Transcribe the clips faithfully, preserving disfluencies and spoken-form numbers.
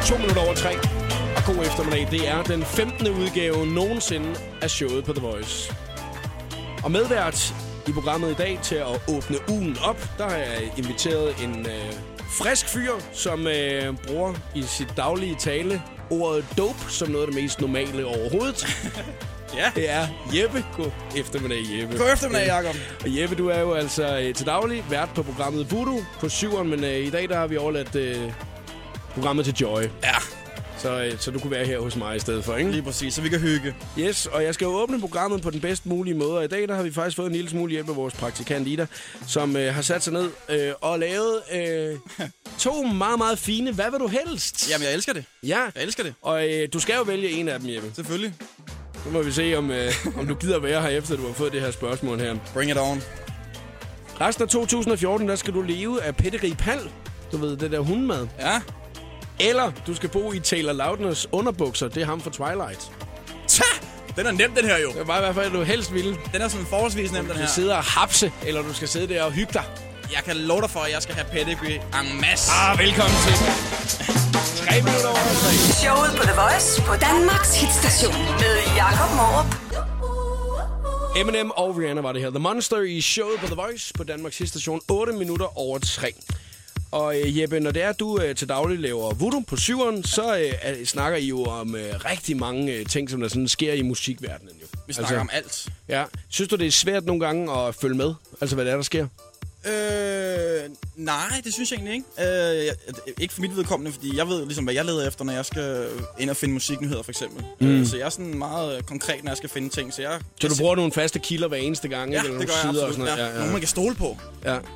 To minutter over tre. Og god eftermiddag. Det er den femtende udgave nogensinde af showet på The Voice. Og medvært i programmet i dag til at åbne ugen op, der har jeg inviteret en øh, frisk fyr, som øh, bruger i sit daglige tale ordet dope som noget af det mest normale overhovedet. Ja. Det er Jeppe. God eftermiddag, Jeppe. God eftermiddag, Jacob. Og Jeppe, du er jo altså øh, til daglig vært på programmet Voodoo på syveren, men øh, i dag der har vi overladt øh, programmet til Joy. Ja. Så, øh, så du kunne være her hos mig i stedet for, ikke? Lige præcis, så vi kan hygge. Yes, og jeg skal jo åbne programmet på den bedst mulige måde, og i dag der har vi faktisk fået en lille smule hjælp af vores praktikant Ida, som øh, har sat sig ned øh, og lavet øh, to meget, meget fine Hvad vil du helst? Jamen, jeg elsker det. Ja. Jeg elsker det. Og øh, du skal jo vælge en af dem, Jeppe. Selvfølgelig. Så må vi se, om, øh, om du gider være her, efter du har fået det her spørgsmål her. Bring it on. Resten af to tusind og fjorten, der skal du leve af Pætteri Pal. Du ved, det der hundemad. Ja. Eller du skal bo i Taylor Lautners underbukser. Det er ham fra Twilight. Ta! Den er nem, den her jo. Det er bare i hvert fald, du helst vil. Den er sådan forholdsvis nem, den Du her. skal sidde og hapse, eller du skal sidde der og hygge dig. Jeg kan love dig for, at jeg skal have pedigree en masse. Ah, velkommen til. Tre minutter over tre. Showet på The Voice på Danmarks hitstation med Jacob Morup. Eminem og Rihanna var det her. The Monster i showet på The Voice på Danmarks hitstation. otte minutter over tre. Og øh, Jeppe, når det er, at du øh, til daglig laver voodoo på syveren, så øh, snakker I jo om øh, rigtig mange øh, ting, som der sådan sker i musikverdenen. Jo. Vi snakker altså, om alt. Ja. Synes du, det er svært nogle gange at følge med? Altså, hvad det er, der sker? Øh, nej, det synes jeg egentlig ikke. Øh, jeg, ikke for mit vedkommende, fordi jeg ved ligesom, hvad jeg leder efter, når jeg skal ind og finde musiknyheder, for eksempel. Mm. Øh, så jeg er sådan meget konkret, når jeg skal finde ting. Så, jeg, så jeg du se- bruger nogle faste kilder hver eneste gang? Ja, eller det nogle gør jeg sider absolut. og sådan noget? Ja. Ja, ja. Nogen, man kan stole på. Ja. Ja.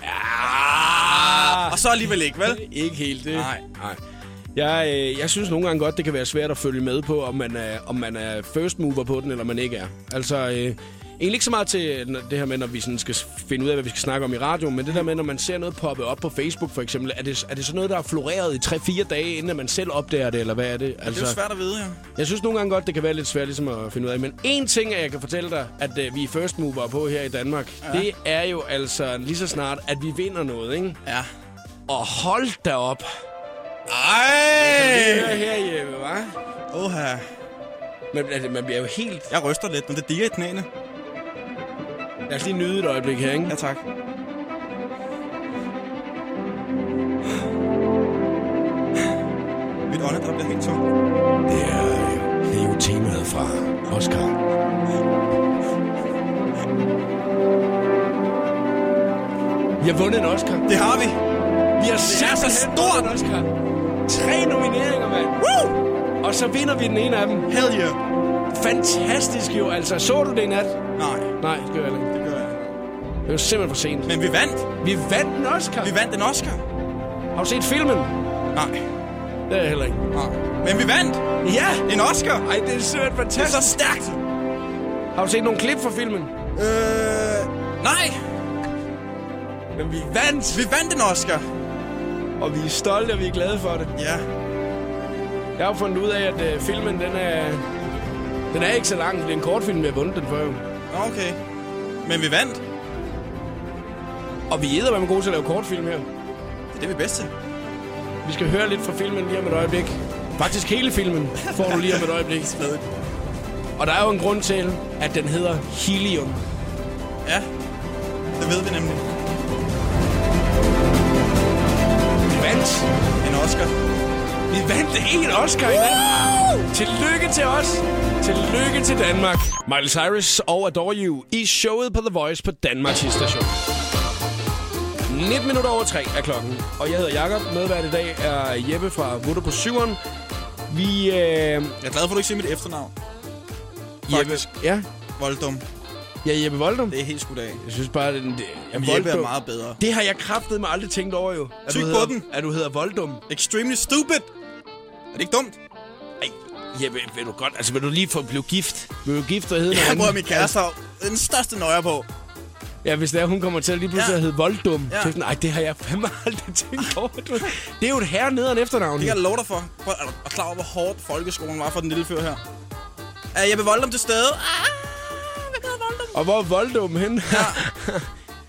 Ja. Og så alligevel ikke, vel? Ikke helt det. Nej. Nej. Jeg, øh, jeg synes nogle gange godt, det kan være svært at følge med på, om man er, om man er first mover på den, eller man ikke er. Altså, øh, egentlig ikke så meget til det her med, når vi sådan skal finde ud af, hvad vi skal snakke om i radioen, men det der med, når man ser noget poppe op på Facebook for eksempel, er det, er det sådan noget, der er floreret i tre fire dage, inden man selv opdager det, eller hvad er det? Altså, Det er jo svært at vide, ja. jeg synes nogle gange godt, det kan være lidt svært ligesom at finde ud af. Men en ting, jeg kan fortælle dig, at uh, vi er first mover på her i Danmark, ja. Det er jo altså lige så snart, at vi vinder noget, ikke? Ja. Og hold da op. Ej! Det er her, Jeppe, hva'? Oha. Man, altså, man bliver jo helt... Jeg ryster lidt, men det digger i knæene. Lad os lige nyde et øjeblik her, ikke? Ja, tak. Mit åndedræt bliver helt tungt. Det er, det er jo temaet fra Oscar. Vi har vundet en Oscar. Det har vi. Vi har Det er så simpelthen stort. vundet en Oscar. Tre nomineringer, mand. Woo! Og så vinder vi den ene af dem. Hell yeah. Fantastisk jo, altså. Så du det i nat? Nej, Nej, det gør jeg ikke. det gør jeg. Det var simpelthen for sent. Men vi vandt. Vi vandt en Oscar. Vi vandt en Oscar. Har du set filmen? Nej. Det er jeg heller ikke. Nej. Men vi vandt. Ja! En Oscar. Ej, det er simpelthen Det er fantastisk. så stærkt. Har du set nogle klip fra filmen? Øh... Nej. Men vi vandt! Vi vandt en Oscar. Og vi er stolte, og vi er glade for det. Ja. Jeg har jo fundet ud af, at øh, filmen, den er... Den er ikke så lang. Det er en kortfilm, vi har vundet den før jo. Okay. Men vi vandt. Og vi æder, hvad man er gode til at lave kortfilm her. Det er det, vi er bedst til. Vi skal høre lidt fra filmen lige om et øjeblik. Faktisk hele filmen får du lige om et øjeblik. Og der er jo en grund til, at den hedder Helium. Ja. Det ved vi nemlig. Vi vandt. En Oscar. Vi vandt en Oscar i dag. Tillykke til os. Tillykke til Danmark. Miley Cyrus og Adore You i showet på The Voice på Danmarks station. nitten minutter over tre er klokken. Og jeg hedder Jacob. Medvært i dag er Jeppe fra Voodoo på syveren. Vi... Øh... Jeg er glad for, at du ikke siger mit efternavn. Jeppe... Faktisk. Ja? Voldum. Ja, Jeppe Voldum. Det er helt skudt af. Jeg synes bare, den... Det, Jamen, Jeppe er meget bedre. Det har jeg kraftedeme aldrig tænkt over, jo. At Tyk du på hedder, den. At du hedder Voldum. Extremely stupid. Er det ikke dumt? Ej, Jeppe, vil du godt... Altså, vil du lige få blive gift? Vil du gift og hedde Jeg noget bruger andet? min kæreste af. Den største nøjer på. Ja, hvis det er, hun kommer til at lige pludselig Ja. at hedde Volddum. Ja. Så sådan, ej, det har jeg fandme aldrig tænkt over. Du. Det er jo et herre nederen efternavn. Det kan jeg love dig for. Prøv, er du er klar over, hvor hårdt folkeskolen var for den lille fyr her? Er Jeppe Voldum til stede? Ah, hvad hedder Voldum? Og hvor er Volddum henne? Ja.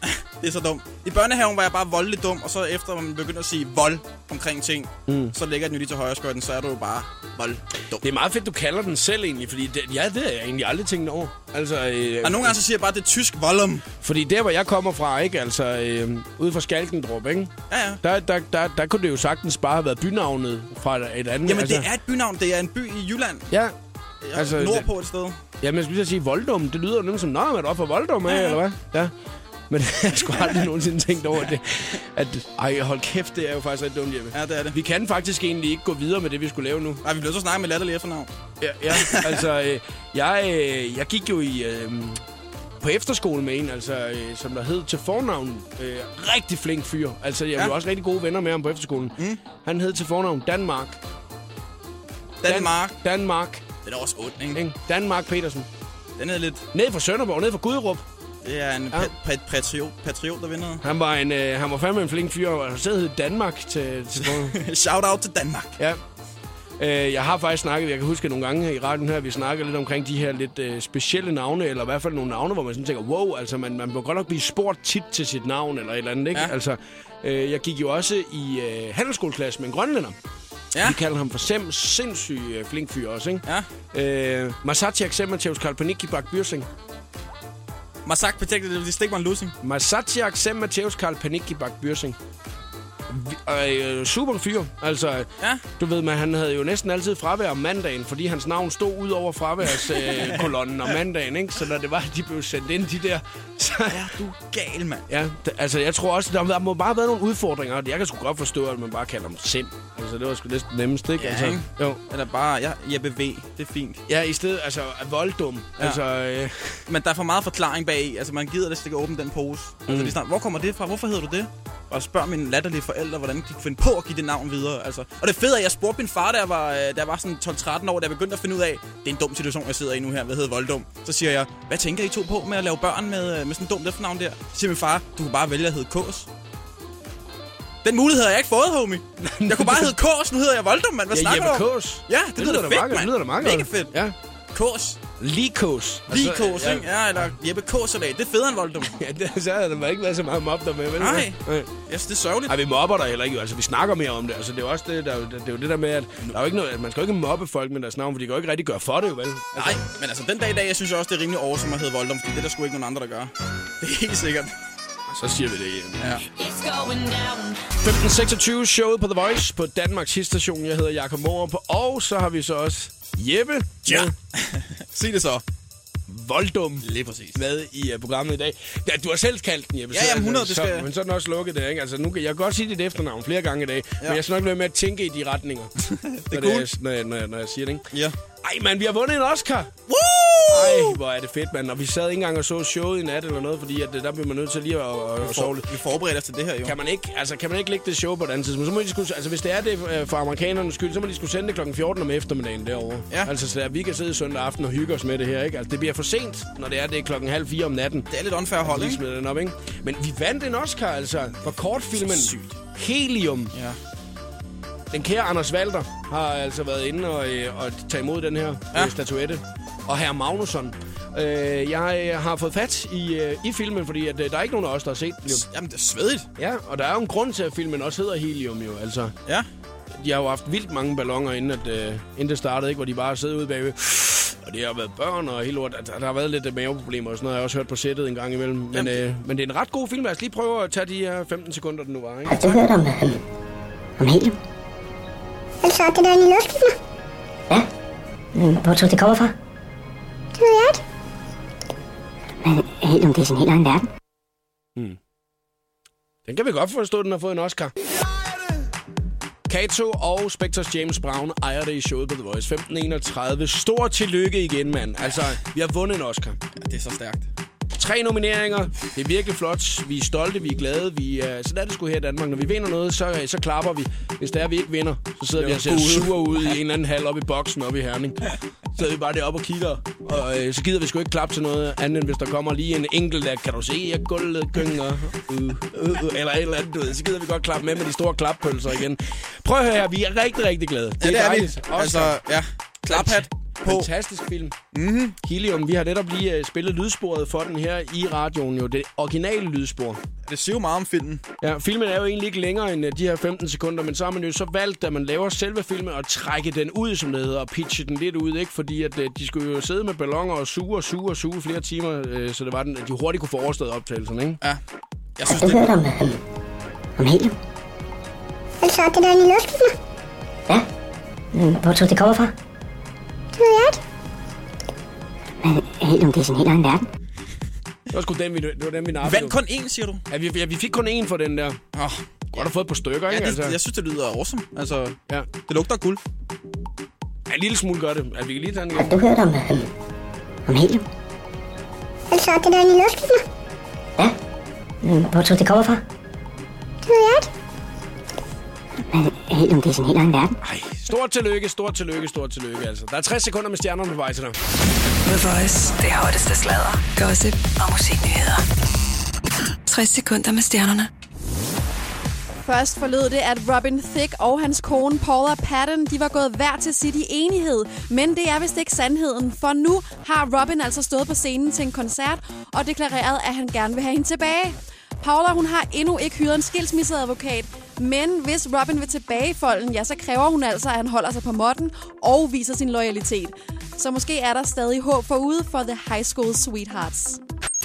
Det er så dumt. I børnehaven var jeg bare voldelig dum, og så efter man begyndte at sige vold omkring ting, mm. så ligger den jo lige til højre skøjten, så er du jo bare vold dum. Det er meget fedt, du kalder den selv egentlig, fordi det, ja, det har jeg egentlig aldrig tænkt over. Altså, øh, og nogle gange så siger jeg bare, det er tysk voldum. Fordi der, hvor jeg kommer fra, ikke, altså øh, ude fra Skalkendrup, ikke? Ja, ja. Der, der, der, der kunne det jo sagtens bare have været bynavnet fra et andet. Jamen, altså, det er et bynavn. Det er en by i Jylland. Ja. Altså, nordpå et sted. Jamen, jeg skulle lige sige Voldum. Det lyder jo nemlig som, nå, man er oppe for Voldum, ja, ja. Eller hvad? Ja. Men jeg har sgu aldrig nogensinde tænkt over det. At, ej, hold kæft, det er jo faktisk rigtig dumt, Jeppe. Ja, det er det. Vi kan faktisk egentlig ikke gå videre med det, vi skulle lave nu. Nej, vi bliver så snakke med latterlige efternavn. Ja, ja. altså, øh, jeg, øh, jeg gik jo i... Øh, på efterskole med en, altså, øh, som der hed til fornavn. Øh, rigtig flink fyr. Altså, jeg var ja. også rigtig gode venner med ham på efterskolen. Mm. Han hed til fornavn Danmark. Danmark? Dan- Danmark. Det er også ondt, ikke? Danmark Petersen. Den er lidt... Ned fra Sønderborg, ned fra Guderup. Det er en ja. pa- pa- patriot, patriot, der vinder. Han var, en, øh, han var fandme en flink fyr, og han hed Danmark til... til Shout out til Danmark. Ja. Øh, jeg har faktisk snakket, jeg kan huske nogle gange i radioen her, vi snakker lidt omkring de her lidt øh, specielle navne, eller i hvert fald nogle navne, hvor man sådan tænker, wow, altså man, man må godt nok blive spurgt tit til sit navn, eller et eller andet, ikke? Ja. Altså, øh, jeg gik jo også i øh, handelsskoleklasse med en grønlænder. Ja. Vi kalder ham for Sem, sindssyg øh, flink fyr også, ikke? Ja. Øh, Masatiak Semmateus Kalpanikki Bak Byrsing. Masak Patek, det stik mig en lussing. Masatiak Semmateus Kalpanikki Bak Byrsing. Øh, super fyr. Altså, ja. Du ved, man, han havde jo næsten altid fravær om mandagen, fordi hans navn stod ud over fraværskolonnen øh, om mandagen, ikke? Så når det var, at de blev sendt ind, de der... Så, ja, du er gal, mand. Ja, d- altså, jeg tror også, der, der må bare have været nogle udfordringer, og jeg kan sgu godt forstå, at man bare kalder dem Sim. Altså, det var sgu næsten nemmest, ikke? Ja, altså, ikke? Jo. Eller bare, ja, Jeppe V. Det er fint. Ja, i stedet, altså, volddum. Ja. Altså, øh... Men der er for meget forklaring bag. Altså, man gider det ikke åbne den pose. Mm. Altså, de snart, hvor kommer det fra? Hvorfor hedder du det? Og spørg mine latterlige forældre, hvordan de kunne finde på at give det navn videre. Altså. Og det fede er, at jeg spurgte min far, da jeg var, da jeg var sådan tolv tretten år, da jeg begyndte at finde ud af, det er en dum situation, jeg sidder i nu her, hvad hedder volddum. Så siger jeg, hvad tænker I to på med at lave børn med, med sådan en dumt efternavn der? Så siger min far, du kunne bare vælge at hedde Kås. Den mulighed har jeg ikke fået, homie. Jeg kunne bare hedde Kås, nu hedder jeg volddum, mand. Hvad ja, snakker du om? Kås. Ja, det, det lyder da fedt, mand. Det lyder da meget Mega fedt. Ja. Kås. Likås. Altså, Likås, ja. Ikke? Ja, eller Jeppe Kås-salat. Det er federe end volddum. Ja, det, så havde der ikke været så meget mob der med, vel? Nej. Ja, yes, det er sørgeligt. Ej, vi mobber der heller ikke. Altså, vi snakker mere om det. Altså, det er jo også det, der, det, det er jo det der med, at der er jo ikke noget, at man skal jo ikke mobbe folk med deres navn, for de kan jo ikke rigtig gøre for det, jo vel? Altså. Nej, men altså, den dag i dag, jeg synes også, det er rimelig awesome at hedde volddum, fordi det er der sgu ikke nogen andre, der gør. Det er helt sikkert. Så siger vi det igen. Ja. femten seksogtyve showet på The Voice på Danmarks hitstation. Jeg hedder Jakob Morup, og så har vi så også Jeppe. Ja. Sig det så. Volddum. Lige præcis. Med i uh, programmet i dag. Ja, du har selv kaldt den, Jeppe. Ja, jamen hundrede, det skal så, men så er den også lukket det, ikke? Altså, nu kan jeg godt sige dit efternavn flere gange i dag, ja. Men jeg skal nok lade med at tænke i de retninger. Det er når, cool. det, når, jeg, når, jeg, når jeg siger det, ikke? Ja. Ej, mand, vi har vundet en Oscar! Woo! Ej, hvor er det fedt, mand. Og vi sad ikke engang og så showet i nat eller noget, fordi at, der bliver man nødt til lige at, at, at sove lidt. Vi forbereder os til det her, jo. Kan man ikke, altså, kan man ikke lægge det show på et andet tidspunkt? Så må de skulle, altså, hvis det er det øh, for amerikanernes skyld, så må de skulle sende det klokken fjorten om eftermiddagen derovre. Ja. Altså, så der, vi kan sidde søndag aften og hygge os med det her, ikke? Altså, det bliver for sent, når det er det klokken halv fire om natten. Det er lidt unfair hold, ikke? Den op, ikke? Men vi vandt en Oscar, altså, for kortfilmen Helium. Ja. Den kære Anders Walter har altså været inde og, øh, og tage imod den her ja. øh, statuette. Og herr Magnusson. Øh, jeg har fået fat i, øh, i filmen, fordi at, øh, der er ikke nogen af os, der har set den. Jo. Jamen, det er svedigt. Ja, og der er jo en grund til, at filmen også hedder Helium, jo. Altså, ja. De har jo haft vildt mange balloner, inden, at, øh, inden det startede, ikke? Hvor de bare sidder ude bagved. Og det har været børn og hele lort. Der, der har været lidt maveproblemer og sådan noget. Jeg har også hørt på sættet en gang imellem. Men, øh, men det er en ret god film. Lad os lige prøve at tage de her femten sekunder, den nu var, ikke? Har du hørt om, øh, om helium? Altså, det der er en i luftfilmer? Ja. Men hvor tror du, det kommer fra? Det ved jeg ikke. Men helium, det er sin helt egen verden. Hmm. Den kan vi godt forstå, at den har fået en Oscar. Kato og Spectors James Brown ejer det i showet på The Voice. femten enogtredive. Stor tillykke igen, mand. Altså, vi har vundet en Oscar. Ja, det er så stærkt. Tre nomineringer. Det er virkelig flot. Vi er stolte, vi er glade. Vi er, sådan er det sgu her i Danmark. Når vi vinder noget, så, så klapper vi. Hvis det er, vi ikke vinder, så sidder vi og ser sure ud i en eller anden hal oppe i boksen oppe i Herning. Så sidder vi bare deroppe og kigger. Og øh, så gider vi sgu ikke klappe til noget andet, end hvis der kommer lige en enkelt der. Kan du se, jeg gulvet gynger? Uh, uh, uh, eller et eller andet, du ved. Så gider vi godt klappe med med de store klappølser igen. Prøv at høre her. Vi er rigtig, rigtig glade. Det ja, er, det er vi. Altså, ja. Klaphat. på. Fantastisk film. Mm-hmm. Helium, vi har netop lige uh, spillet lydsporet for den her i radioen, jo det originale lydspor. Det siger jo meget om filmen. Ja, filmen er jo egentlig ikke længere end uh, de her femten sekunder, men så har man jo så valgt, da man laver selve filmen, at trække den ud, som det hedder, og pitche den lidt ud, ikke? Fordi at uh, de skulle jo sidde med balloner og suge og suge og suge flere timer, uh, så det var den, at de hurtigt kunne få overstået optagelserne, ikke? Ja. Jeg synes, Har du det... hørt om, øh, om helium? Altså, det der inde i luften? Ja. Mm, Hvor tror du, det kommer fra? Det ved jeg ikke. Men helium, det er sin helt egen verden. Det var sgu den, vi, det var den, vi nappede. Vandt kun én, siger du? Ja, vi, ja, vi fik kun én for den der. Oh, Godt har fået et par stykker, ja, ikke? det, Altså. jeg synes, det lyder awesome. Altså, Ja. det lugter guld. Ja, en lille smule gør det. Altså, vi kan lige tage den Har igen. du hørt om, øh, om helium? Altså, det der inde i luften? Ja. Mm, Hvor tror du, det kommer fra? Det ved jeg ikke. Men helium, det er sin helt egen verden. Ej, stort tillykke, stort tillykke, stort tillykke, altså. Der er tres sekunder med stjernerne på vej til dig. The Voice. Det hotteste sladder, gossip og musiknyheder. tres sekunder med stjernerne. Først forlød det, at Robin Thicke og hans kone Paula Patton, de var gået hver til sit i enighed. Men det er vist ikke sandheden, for nu har Robin altså stået på scenen til en koncert og deklareret, at han gerne vil have hende tilbage. Paula, hun har endnu ikke hyret en skilsmisseadvokat, men hvis Robin vil tilbage i folden, ja, så kræver hun altså, at han holder sig på måtten og viser sin loyalitet. Så måske er der stadig håb forude for The High School Sweethearts.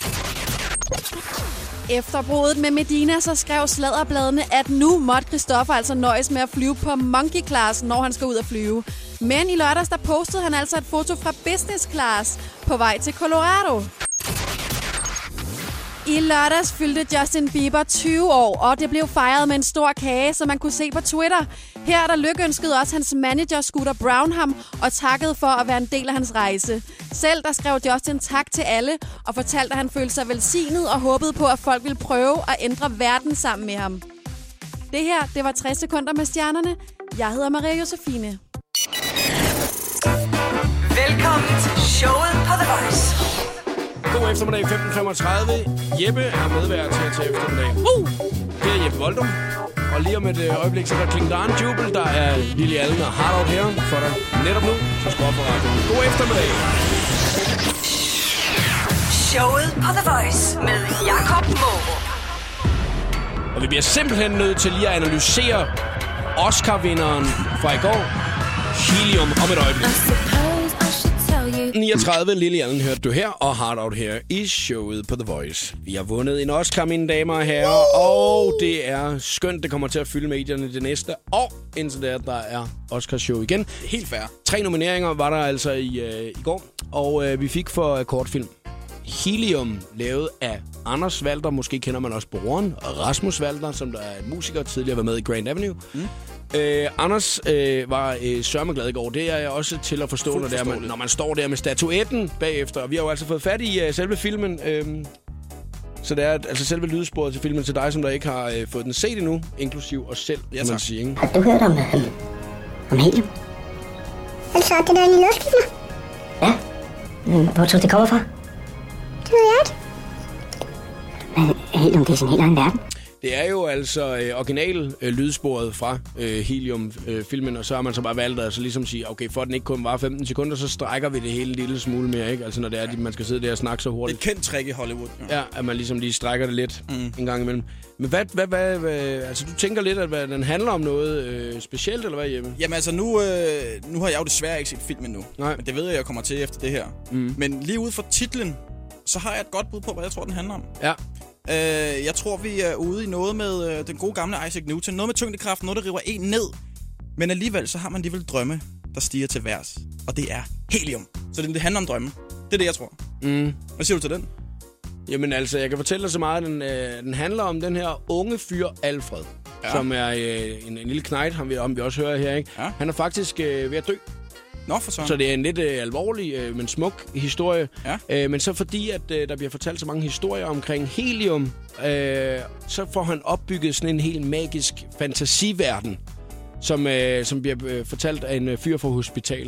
Efter bruddet med Medina, så skrev sladderbladene, at nu måtte Christoffer altså nøjes med at flyve på monkey class, når han skal ud at flyve. Men i lørdags, der postede han altså et foto fra business class på vej til Colorado. I lørdags fyldte Justin Bieber tyve år, og det blev fejret med en stor kage, som man kunne se på Twitter. Her der lykønskede også hans manager Scooter Braun ham og takkede for at være en del af hans rejse. Selv der skrev Justin tak til alle og fortalte, at han følte sig velsignet og håbede på, at folk ville prøve at ændre verden sammen med ham. Det her, det var tres sekunder med stjernerne. Jeg hedder Maria Josefine. Velkommen til showet på The Voice. God eftermiddag femten femogtredive. Jeppe er medvært her til eftermiddag. Uh! Det er Jeppe Voldum. Og lige om et øh, øjeblik, så er der Kling Darn Jubel. Der er Lily Allen og Hard Out Here for dig netop nu. Så skru op for radioen. God eftermiddag. Showet på The Voice med Jakob Morup. Og vi bliver simpelthen nødt til lige at analysere Oscar-vinderen fra i går. Helium om et øjeblik. niogtredive, Lily Allen hørte du her, og Hard Out Here i showet på The Voice. Vi har vundet en Oscar, mine damer og herrer, og det er skønt, det kommer til at fylde medierne det næste år, indtil der, der er Oscar-show igen. Helt fair. Tre nomineringer var der altså i, øh, i går, og øh, vi fik for uh, kortfilm Helium, lavet af Anders Walter, måske kender man også broren, og Rasmus Walter, som der er musiker, tidligere var med i Grand Avenue. Mm. Øh, Anders øh, var øh, sørmeglad i går. Det er jeg også til at forstå, når, det er, man, når man står der med statuetten bagefter. Vi har jo altså fået fat i øh, selve filmen. Øh, så det er altså selve lydsporet til filmen til dig, som der ikke har øh, fået den set endnu, inklusiv os selv, ja, kan man sige. Ikke? Har du hørt om, øh, om helium? Altså, det der inde i luften? Ja. Mm, Hvor tror du, det kommer fra? Det ved jeg ikke. Men helium, det er sin helt egen verden. Det er jo altså øh, original øh, lydsporet fra øh, Helium-filmen, øh, og så har man så bare valgt at altså, ligesom sige, okay, for at den ikke kun var femten sekunder, så strækker vi det hele en lille smule mere, ikke? Altså når det er, at man skal sidde der og snakke så hurtigt. Det er et kendt trick i Hollywood. Ja, ja at man ligesom lige strækker det lidt mm. en gang imellem. Men hvad, hvad, hvad, hvad, altså du tænker lidt, at hvad, den handler om noget øh, specielt, eller hvad, Jeppe? Jamen altså, nu, øh, nu har jeg jo desværre ikke set filmen nu. Nej. Men det ved jeg, jeg kommer til efter det her. Mm. Men lige ud fra titlen, så har jeg et godt bud på, hvad jeg tror, den handler om. Ja. Uh, jeg tror, vi er ude i noget med uh, den gode gamle Isaac Newton. Noget med tyngdekraft, noget, der river en ned. Men alligevel, så har man alligevel drømme, der stiger til værs. Og det er helium. Så det, det handler om drømme. Det er det, jeg tror. Mm. Hvad siger du til den? Jamen altså, jeg kan fortælle dig så meget, at den, øh, den handler om den her unge fyr, Alfred. Ja. Som er øh, en, en lille knejt, ham vi, om vi også hører her, ikke? Ja. Han er faktisk øh, ved at dø. Nå, for sådan. Så det er en lidt øh, alvorlig, øh, men smuk historie. Ja. Øh, men så fordi, at øh, der bliver fortalt så mange historier omkring helium, øh, så får han opbygget sådan en helt magisk fantasiverden, som, øh, som bliver øh, fortalt af en øh, fyr fra hospitalet af.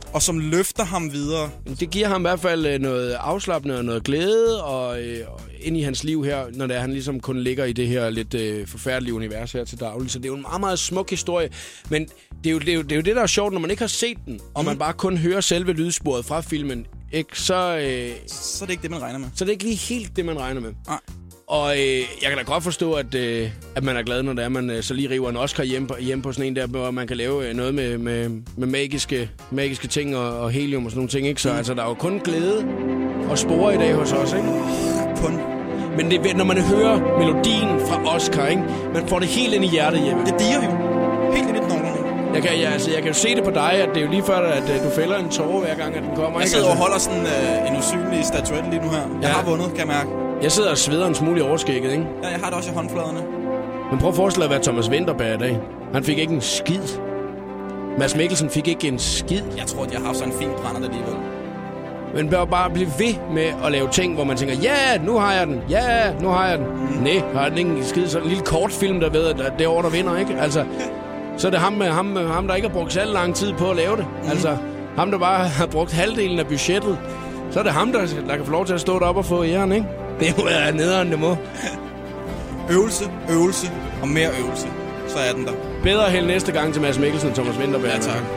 og som løfter ham videre. Det giver ham i hvert fald noget afslappende og noget glæde og, øh, ind i hans liv her, når det er, han ligesom kun ligger i det her lidt øh, forfærdelige univers her til daglig. Så det er jo en meget, meget smuk historie. Men det er, jo, det, er jo, det er jo det, der er sjovt, når man ikke har set den, og mm. man bare kun hører selve lydsporet fra filmen, ikke? Så, øh, så er det ikke det, man regner med. Så er det ikke lige helt det, man regner med. Nej. Og øh, jeg kan da godt forstå, at, øh, at man er glad, når det er, man øh, så lige river en Oscar hjem på, hjem på sådan en der, hvor man kan lave øh, noget med, med, med magiske, magiske ting og, og helium og sådan nogle ting, ikke? Så mm. altså, der er jo kun glæde og spore i dag hos os, ikke? Kun. Men det, når man hører melodien fra Oscar, ikke? Man får det helt ind i hjertet hjemme. Det diger jo. Helt ind i den ordentlige. Jeg kan, jeg, altså, jeg kan jo se det på dig, at det er jo lige før, at, at du fælder en tåre hver gang, at den kommer. Jeg sidder og holder sådan øh, en usynlig statuette lige nu her. Jeg ja. har vundet, kan jeg mærke. Jeg sidder og sveder en smule i overskægget, ikke? Ja, jeg har det også i håndfladerne. Men prøv at forestille dig, hvad Thomas Vinterberg i dag. Han fik ikke en skid. Mads Mikkelsen fik ikke en skid. Jeg tror, at jeg har haft sådan en fin brænder alligevel. Men bør bare blive ved med at lave ting, hvor man tænker, ja, yeah, nu har jeg den. Ja, yeah, nu har jeg den. Mm. Nej, har den ikke en skid. Sådan en lille kortfilm, der ved, at det er over, der vinder, ikke? Altså, så er det ham, ham, ham, der ikke har brugt så lang tid på at lave det. Mm. Altså, ham, der bare har brugt halvdelen af budgettet. Så er det ham, der, der kan få lov til at stå deroppe og få æren, ikke? Det må være nederen, det må. Øvelse, øvelse og mere øvelse. Så er den der. Bedre held næste gang til Mads Mikkelsen og Thomas Vinterberg. Ja, tak.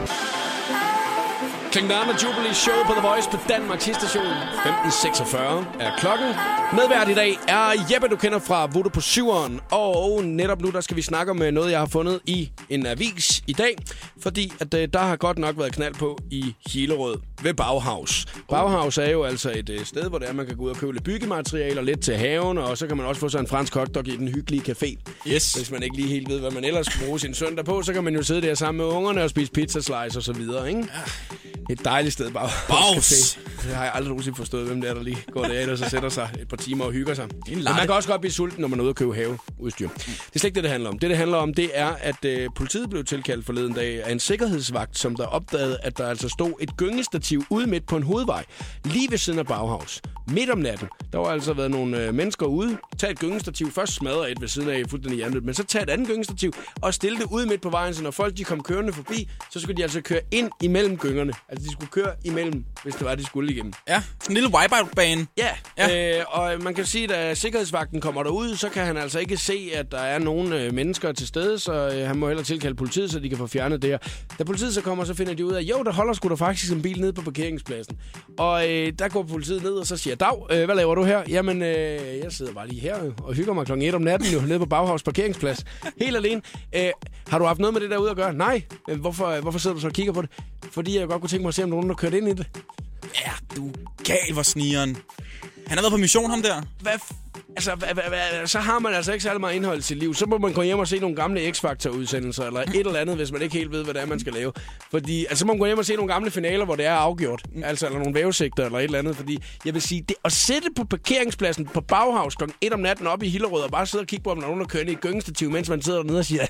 Klingdarn og Jubilee show på The Voice på Danmarks station. femten seksogfyrre er klokken. Medvært i dag er Jeppe, du kender fra Voodoo på syveren. Og netop nu, der skal vi snakke om noget, jeg har fundet i en avis i dag. Fordi at der har godt nok været knald på i Hillerød ved Bauhaus. Bauhaus er jo altså et sted, hvor det er, man kan gå ud og købe lidt byggematerialer, lidt til haven. Og så kan man også få sig en fransk hotdog i den hyggelige café. Yes. Hvis man ikke lige helt ved, hvad man ellers skal bruge sin søndag på, så kan man jo sidde der sammen med ungerne og spise pizzaslice og så videre, ikke? Et dejligt sted, Bauhaus. Det har jeg aldrig nogensinde forstået, hvem det er, der lige går derinde og så sætter sig et par timer og hygger sig. Men man kan også godt blive sulten, når man er ude og købe haveudstyr. Det er slet ikke det, det handler om. Det, det handler om, det er, at øh, politiet blev tilkaldt forleden dag af en sikkerhedsvagt, som der opdagede, at der altså stod et gyngestativ ude midt på en hovedvej, lige ved siden af Bauhaus. Midt om natten. Der var altså været nogle øh, mennesker ude, tage et gyngestativ, først smadre et ved siden af fuldstændig hjernedødt, men så tage et andet gyngestativ og stille det ude midt på vejen, så når folk de kom kørende forbi, så skulle de altså køre ind imellem gyngerne. Altså de skulle køre imellem, hvis det var, de skulle igennem. Ja, en lille wipeout-bane. Ja, ja. Øh, og man kan sige, at da sikkerhedsvagten kommer derud, så kan han altså ikke se, at der er nogen øh, mennesker til stede, så øh, han må heller tilkalde politiet, så de kan få fjernet det her. Da politiet så kommer, så finder de ud af, jo, der holder sgu da faktisk en bil nede på parkeringspladsen. Og øh, der går politiet ned, og så siger, Dag, øh, hvad laver du her? Jamen, øh, jeg sidder bare lige her og hygger mig klokken et om natten, jo, nede på Bauhaus parkeringsplads. Helt alene. Øh, har du haft noget med det derude at gøre? Nej. Øh, hvorfor, hvorfor sidder du så og kigger på det? Fordi jeg godt kunne tænke mig at se, om nogen har kørt ind i det. Ja, du gal, hvor snigeren. Han har været på mission, ham der. Hvad f- altså, hva, hva, hva, så har man altså ikke særlig meget indhold i sit liv. Så må man gå hjem og se nogle gamle X-Factor-udsendelser, eller et eller andet, hvis man ikke helt ved, hvad det er, man skal lave. Fordi, altså, så må man gå hjem og se nogle gamle finaler, hvor det er afgjort. Altså, eller nogle vævesigter, eller et eller andet. Fordi, jeg vil sige, det at sætte på parkeringspladsen på Bauhaus klokken et om natten op i Hillerød, og bare sidde og kigge på, om der er nogen, der kører ind i et gyngestativ, mens man sidder dernede og siger...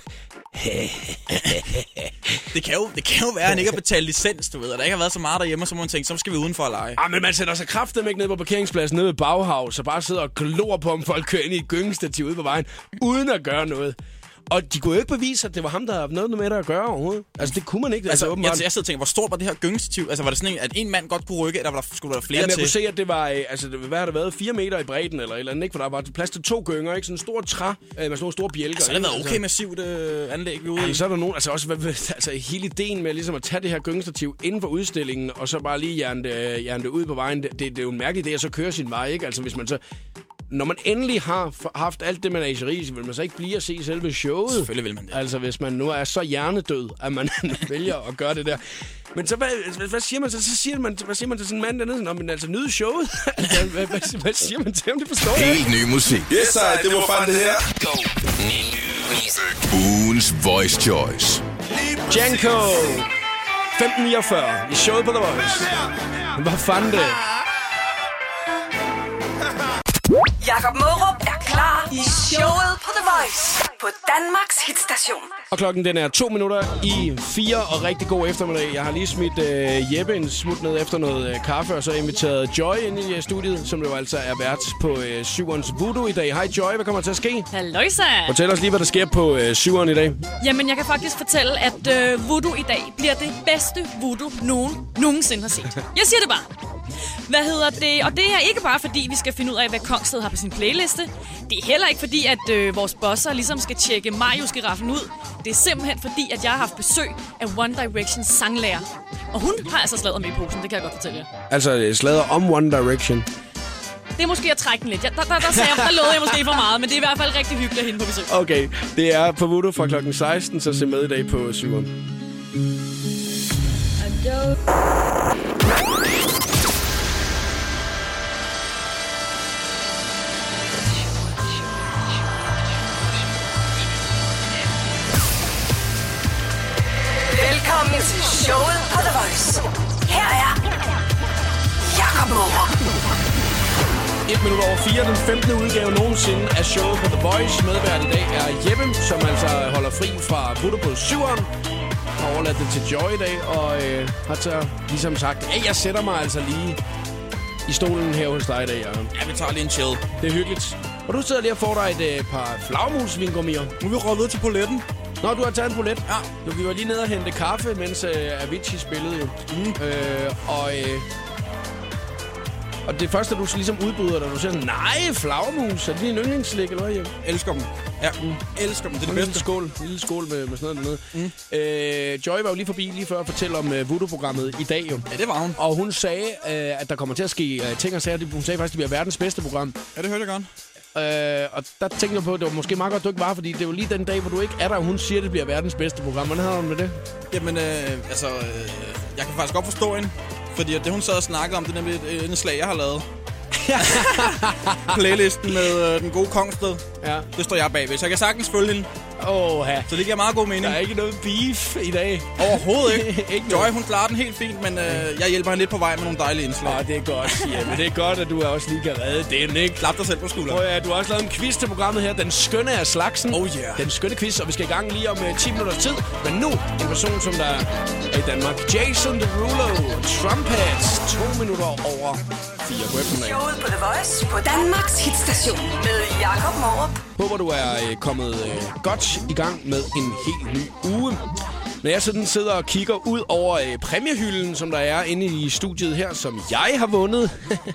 det, kan jo, det kan jo være, at han ikke har betalt licens, du ved, og der ikke har været så meget derhjemme, så må man tænke, så skal vi udenfor at lege. Ah, men man sætter sig kraftedeme ikke ned på parkeringspladsen nede ved Bauhaus, og bare sidder og glor på, om folk kører ind i et gyngestativ ude på vejen, uden at gøre noget. Og de kunne jo ikke bevise, at det var ham, der havde noget med det at gøre overhovedet. Altså, det kunne man ikke. Altså, altså jeg, jeg sidder og tænker, hvor stort var det her gyngestativ? Altså, var det sådan en, at en mand godt kunne rykke, eller var der, skulle der flere Jamen, til? jeg kunne se, at det var, altså, hvad har det været, fire meter i bredden, eller et eller andet, ikke? For der var plads til to gynger, ikke? Sådan en stor træ, øh, med sådan nogle store bjælker. Altså, det har været okay massivt øh, anlæg, vi ude ja, i. Så er der nogen, altså også, altså, hele ideen med ligesom at tage det her gyngestativ inden for udstillingen, og så bare lige jern det, jern det ud på vejen, det, det, det er jo en mærkelig idé at så køre sin vej, ikke? Altså, hvis man så... Når man endelig har haft alt det menageri, så vil man så ikke blive at se selve showet. Selvfølgelig vil man det. Altså, hvis man nu er så hjernedød, at man vælger at gøre det der. Men så, hvad, hvad siger man så? Så siger man, hvad siger man til sådan en mand dernede? Nå, men altså, nyde showet. altså, hvad, hvad, hvad siger man til ham? Det forstår jeg ikke. Helt ny musik. Yes, sir, det var fandme det her. Go. Ugens Voice Choice. Janko. femten niogfyrre i showet på The Voice. Hvad fanden det? Jakob Mårup er klar i showet på The Voice på Danmarks hitstation. Og klokken den er to minutter i fire, og rigtig god eftermiddag. Jeg har lige smidt øh, Jeppe en smut ned efter noget øh, kaffe, og så inviteret Joy ind i øh, studiet, som jo altså er vært på øh, syverens Voodoo i dag. Hej Joy, hvad kommer til at ske? Halløjsa! Fortæl os lige, hvad der sker på øh, syveren i dag. Jamen, jeg kan faktisk fortælle, at øh, Voodoo i dag bliver det bedste Voodoo, nogen nogensinde har set. Jeg siger det bare. Hvad hedder det? Og det er ikke bare fordi, vi skal finde ud af, hvad Kongsted har på sin playliste. Det er heller ikke fordi, at øh, vores bosser ligesom skal tjekke Marius-giraffen ud. Det er simpelthen fordi, at jeg har haft besøg af One Directions sanglærer. Og hun har altså sladret med i posen, det kan jeg godt fortælle jer. Altså sladder om One Direction. Det er måske at trække den lidt. Jeg, der, der, der, sagde jeg, der lovede jeg måske for meget, men det er i hvert fald rigtig hyggeligt at hende på besøg. Okay, det er på Voodoo fra klokken seksten, så se med i dag på syveren. Velkommen til showet på The Voice. Her er Jakob Morup. Et minut over fire, den femtende udgave nogensinde af showet på The Voice. Medvært i dag er Jeppe, som altså holder fri fra Voodoo på syveren. Har overladt det til Joy i dag, og øh, har så ligesom sagt, at jeg sætter mig altså lige i stolen her hos dig i dag, Jacob. Ja, vi tager lige en chill. Det er hyggeligt. Og du sidder lige og får dig et øh, par flagmusvingummier. Nu er vi råd videre til poletten. Nå, du har taget en polet. Ja. Du, vi var lige nede og hente kaffe, mens øh, Avicii spillede jo. Mm. Øh, og, øh, og det første, du ligesom udbyder, da du siger sådan, nej, flagmus, er det din yndlingsslik, eller hvad, Jeppe? Elsker dem. Ja, mm. elsker dem. Det er det bedste. Lille skål, lille skål med, med sådan noget dernede. Mm. Øh, Joy var jo lige forbi lige før at fortælle om uh, Voodoo-programmet i dag jo. Ja, det var hun. Og hun sagde, uh, at der kommer til at ske uh, ting og sager. Hun sagde faktisk, at det bliver verdens bedste program. Ja, det hørte jeg godt. Uh, og der tænkte jeg på, at det var måske meget godt, du ikke var, fordi det er jo lige den dag, hvor du ikke er der, og hun siger, at det bliver verdens bedste program. Hvordan havde hun med det? Jamen, øh, altså, øh, jeg kan faktisk godt forstå hende. Fordi det, hun sad og snakkede om, det er nemlig et indslag, jeg har lavet. Playlisten med øh, den gode Kongsted. Ja. Det står jeg bagved, så jeg kan sagtens følge hende. Åh, så det giver meget god mening. Der er ikke noget beef i dag. Overhovedet ikke. ikke Joy, hun klarer den helt fint, men øh, jeg hjælper hende lidt på vej med nogle dejlige indslag. Åh, det er godt, ja, men det er godt, at du også lige kan redde den, ikke? Klap dig selv på skulderen. Oh, ja, du har også lavet en quiz til programmet her. Den skønne af slagsen. Oh yeah. Den skønne quiz, og vi skal i gang lige om uh, ti minutters tid. Men nu en person, som der er i Danmark. Jason Derulo, Trumpets. To minutter over fire på eftermiddag. Showet på The Voice på Danmarks hitstation med Jakob Morup. Håber, du er øh, kommet øh, godt i gang med en helt ny uge. Når jeg sådan sidder og kigger ud over øh, præmiehylden, som der er inde i studiet her, som jeg har vundet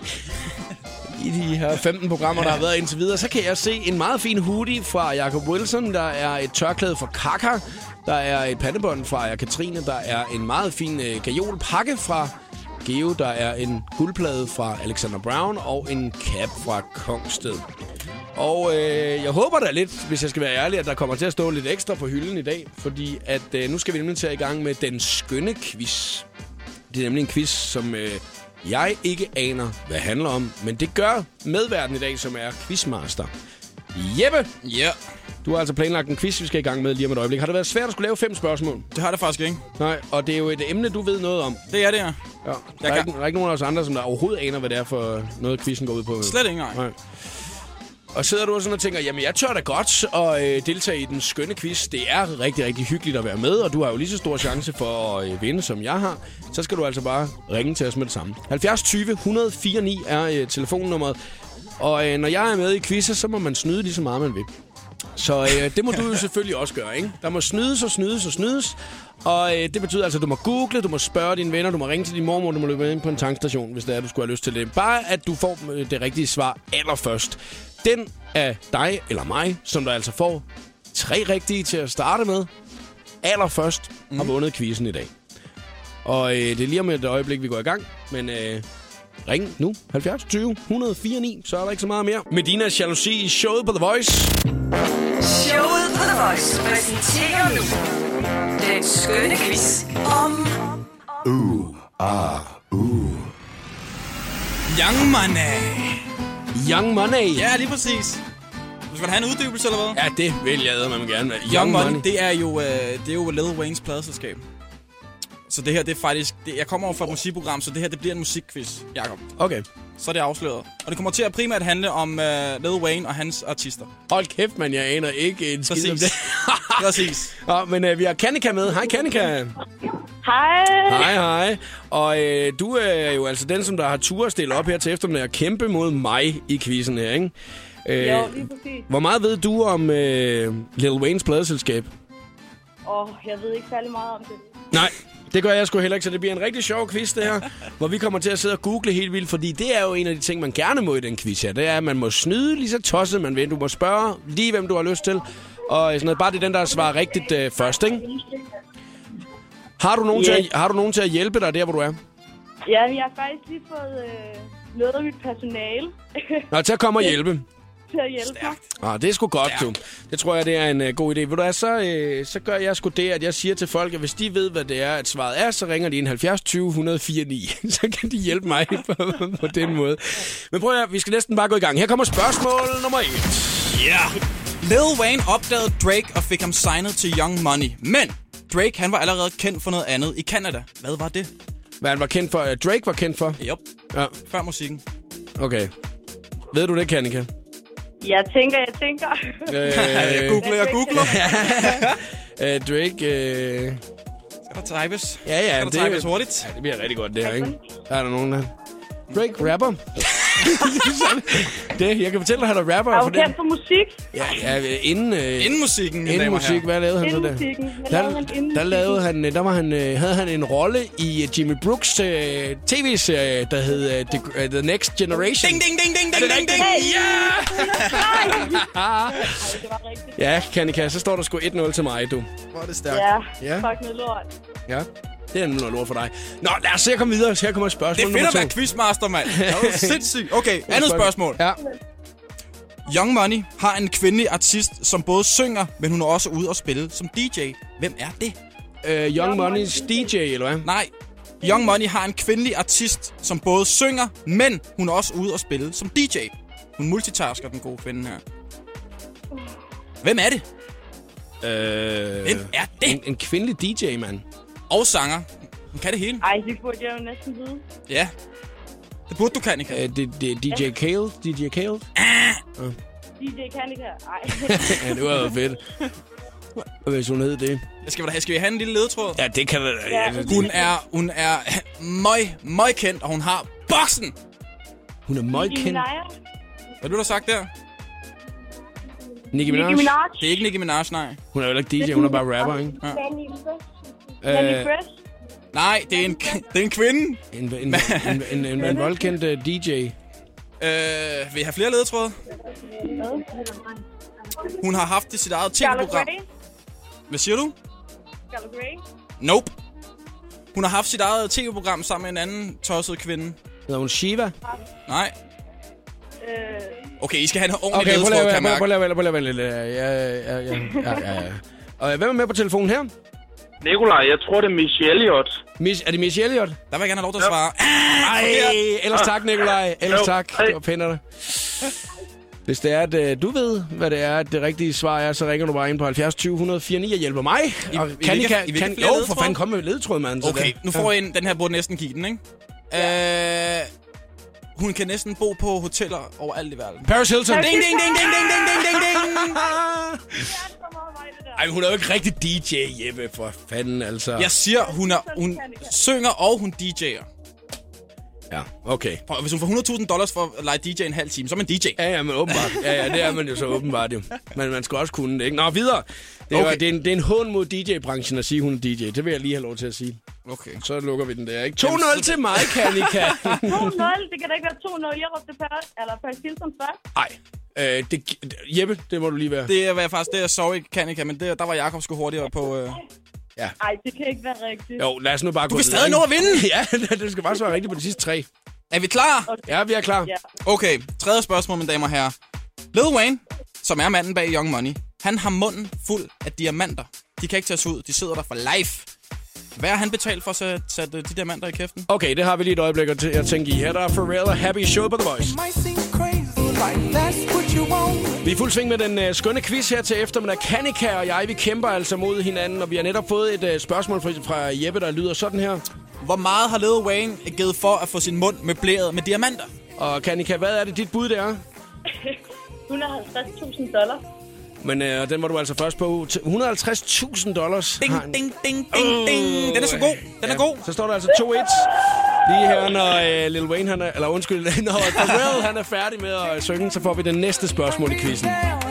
i de her femten programmer, der har været indtil videre, så kan jeg se en meget fin hoodie fra Jacob Wilson. Der er et tørklæde fra Kaka. Der er et pandebånd fra Aya Katrine. Der er en meget fin øh, gajolpakke fra Geo. Der er en guldplade fra Alexander Brown og en cap fra Kongsted. Og øh, jeg håber da lidt, hvis jeg skal være ærlig, at der kommer til at stå lidt ekstra på hylden i dag. Fordi at øh, nu skal vi nemlig tage i gang med den skønne quiz. Det er nemlig en quiz, som øh, jeg ikke aner, hvad det handler om. Men det gør medværten i dag, som er quizmaster. Jeppe! Ja. Yeah. Du har altså planlagt en quiz, vi skal i gang med lige om et øjeblik. Har det været svært at skulle lave fem spørgsmål? Det har det faktisk ikke. Nej, og det er jo et emne, du ved noget om. Det er det, ja. Ja. Der, er ikke, der er ikke nogen af os andre, som der overhovedet aner, hvad det er for noget, quizzen går ud på. Slet ikke, nej. nej. Og sidder du sådan og tænker, jamen jeg tør da godt at øh, deltage i den skønne quiz. Det er rigtig, rigtig hyggeligt at være med, og du har jo lige så stor chance for at øh, vinde, som jeg har. Så skal du altså bare ringe til os med det samme. halvfjerds tyve et nul fire ni er øh, telefonnummeret. Og øh, når jeg er med i quizzer, så må man snyde lige så meget, man vil. Så øh, det må du jo selvfølgelig også gøre, ikke? Der må snydes og snydes og snydes. Og øh, det betyder altså, at du må google, du må spørge dine venner, du må ringe til din mormor, du må løbe ind på en tankstation, hvis det er, du skulle have lyst til det. Bare at du får øh, det rigtige svar allerførst. Den af dig eller mig, som der altså får tre rigtige til at starte med, allerførst mm. har vundet quizzen i dag. Og øh, det er lige om et øjeblik, vi går i gang, men øh, ring nu, halvfjerds tyve et nul fire ni, så er der ikke så meget mere. Medina Jalousi i showet på The Voice. Showet på The Voice præsenterer nu den skønne quiz om... Uh, ah, uh. Young Money. Young Money. Ja, lige præcis. Hvis man har en uddybelse, eller hvad? Ja, det vil jeg man gerne med. Young, Young Money, Money, det er jo, øh, det er jo Lil Waynes pladeselskab. Så det her, det er faktisk... Det, jeg kommer over fra et musikprogram, så det her, det bliver en musikquiz, Jakob. Okay. så er det afsløret. Og det kommer til at primært handle om uh, Lil Wayne og hans artister. Hold kæft, man, jeg aner ikke en skid om det. Præcis. Nå, men uh, vi har Kanika med. Hej, Kanika. Hej. Hej, hej. Og uh, du er jo altså den, som der har tur at stille op her til eftermiddag og kæmpe mod mig i quizzen her, ikke? Uh, Jo, lige præcis. Hvor meget ved du om uh, Lil Waynes pladeselskab? Åh, oh, jeg ved ikke særlig meget om det. Nej, det gør jeg sgu heller ikke, så det bliver en rigtig sjov quiz, det her. Hvor vi kommer til at sidde og google helt vildt, fordi det er jo en af de ting, man gerne må i den quiz her. Det er, at man må snyde lige så tosset, man vil. Du må spørge lige, hvem du har lyst til. Og sådan noget. Bare det er den, der svarer rigtigt øh, først, ikke? Har du, nogen yes. til at, har du nogen til at hjælpe dig der, hvor du er? Ja, jeg har faktisk lige fået øh, noget af mit personale Nå, til at komme og hjælpe. til at hjælpe mig. Ah, det er sgu godt, du. Det tror jeg, det er en uh, god idé. Ved du hvad, så, øh, så gør jeg sgu det, at jeg siger til folk, at hvis de ved, hvad det er, at svaret er, så ringer de en halvfjerds tyve et nul fire ni. Så kan de hjælpe mig på, på den måde. Men prøv at høre, vi skal næsten bare gå i gang. Her kommer spørgsmål nummer et. Ja! Yeah. Lil Wayne opdagede Drake og fik ham signet til Young Money. Men Drake, han var allerede kendt for noget andet i Canada. Hvad var det? Hvad han var kendt for? Uh, Drake var kendt for? Yep. Ja. Før musikken. Okay. Ved du det, Kanika? Jeg tænker, jeg tænker. Øh, jeg googler, jeg googler. uh, Drake... Uh... Skal der types? Ja, ja. Skal der types hurtigt? Ja, det bliver rigtig godt, det her, ikke? Der er der nogen, der... Drake rapper. det, jeg kan fortælle dig, at han er rapper. Er du for kendt det. for musik? Ja, ja inden... Øh, inden musikken, inden musik, hvad lavede han Inden så der? musikken. Hvad Der, lavede han inden der lavede han, der var han, øh, havde han en rolle i uh, Jimmy Brooks uh, tv-serie, der hed uh, The, uh, The Next Generation. Ding, ding, ding, ding, ding, ding, ding. Ja! Ej, det var rigtigt. Ja, Kanika, så står der sgu et nul til mig, du. Hvor er det stærkt. Ja, Ja. fuck noget lort. Ja, det er noget lort for dig. Nå, lad os se at komme videre. Her kommer et spørgsmål Det er fedt nummer at to. være quizmaster, mand. Det er jo sindssygt. Okay, andet spørgsmål. Ja. Young Money har en kvindelig artist, som både synger, men hun er også ude og spille som D J. Hvem er det? Uh, Young Money's D J, eller hvad? Nej. Young Money har en kvindelig artist, som både synger, men hun er også ude og spille som D J. Hun multitasker, den gode kvinde her. Hvem er det? Uh, Hvem er det? En, en kvindelig D J, mand. Og sanger. Hun kan det hele. Ej, det burde jeg jo næsten vide. Ja. Det burde du, Kanika. Uh, det, det er D J Khaled. D J Khaled. D J Kanika. Ej. Ja, det var jo fedt. Hvis hun hed det. Skal vi, skal vi have en lille ledetråd? Ja, det kan vi... Ja. Hun er, hun er møg, møg kendt, og hun har boksen. Hun er meget kendt. Hvad blev der sagt der? Nicki Minaj. Nicki Minaj. Det er ikke Nicki Minaj, nej. Hun er jo ikke D J, hun er bare rapper, ikke? Ja. Danny Øh, Fresh. Nej, det er en, det er en kvinde. En, en, en, en, en, en, en voldkendt uh, D J. Øh, vil I have flere ledetråde? Hun har haft det sit eget Scarlet tv-program. Grey. Hvad siger du? Scarlet Grey. Nope. Hun har haft sit eget tv-program sammen med en anden tosset kvinde. Hedder hun Shiva? Nej. Øh, Okay, I skal have en ordentlig Okay, prøv ledetråd, at kan jeg lade mærke. prøv at lade lidt. Ja, ja, ja, ja, ja. Og hvem er med på telefonen her? Nikolaj, jeg tror, det er Missy Elliott. Miss, er det Miss Elliott? Der vil jeg gerne have lov til at svare. Ej, ellers tak, Nikolaj. Ellers Jo, tak. hej. Det var pænt af dig. Hvis det er, at uh, du ved, hvad det er, at det rigtige svar er, så ringer du bare ind på halvfjerds tyve et nul fire ni og hjælper mig. I- Og I kan vil I ikke- kan, I vil ikke kan, flere jo, for ledetråde? fanden, kom med ledetråd, mand. så Okay, der. nu får jeg en. Den her burde næsten give den, ikke? Øh, hun kan næsten bo på hoteller overalt i verden. Paris Hilton. Ding, ding, ding, ding, ding, ding, ding, ding, ding. Ej, hun er jo ikke rigtig D J, Jeppe, for fanden, altså. Jeg siger, hun, er, hun synger og hun D J'er. Ja, okay. Prøv, hvis hun får hundrede tusind dollars for at lege D J en halv time, så er man D J. Ja, ja, men åbenbart. Ja, ja, det er man jo så åbenbart, jo. Men man skal også kunne det, ikke? Nå, videre. Det er, Okay. okay. det er, en, det er en hån mod D J-branchen at sige, hun er D J. Det vil jeg lige have lov til at sige. Okay. Så lukker vi den der, ikke? to nul til mig, Kanika. to nul. Det kan da ikke være to nul. Jeg råbte Paris, eller Paris Hilton først. Nej. Øh, det, Jeppe, det må du lige være. Det er faktisk det, jeg sorry, Kanika, men det, der var Jakob sgu hurtigere på... Øh... Ja. Ej, det kan ikke være rigtigt. Jo, lad os nu bare Du gå kan videre, stadig ikke? nå at vinde! Ja, det skal bare svare rigtigt på de sidste tre. Er vi klar? Okay. Ja, vi er klar. Ja. Okay, tredje spørgsmål, mine damer og herrer. Lil Wayne, som er manden bag Young Money, han har munden fuld af diamanter. De kan ikke tages ud, de sidder der for life. Hvad har han betalt for at sætte, sætte de diamanter i kæften? Okay, det har vi lige et øjeblik at, at tænke i. Her der er Pharrell og Happy Show på The Voice. Vi er fuld sving med den uh, skønne quiz her til eftermiddag. Kanika og jeg, vi kæmper altså mod hinanden, og vi har netop fået et uh, spørgsmål fra, fra Jeppe, der lyder sådan her. Hvor meget har Lil Wayne givet for at få sin mund møbleret med diamanter? Og Kanika, hvad er det, dit bud, det er? et hundrede og halvtreds tusind dollars. Men øh, den var du altså først på. et hundrede og halvtreds tusind dollars. Ding, har en... ding, ding, ding, ding. Den er så god. Den ja, er god. Så står der altså to et. Lige her, når øh, Lil Wayne, han er, eller undskyld, når Pharrell, han er færdig med at synge, så får vi det næste spørgsmål i quizzen.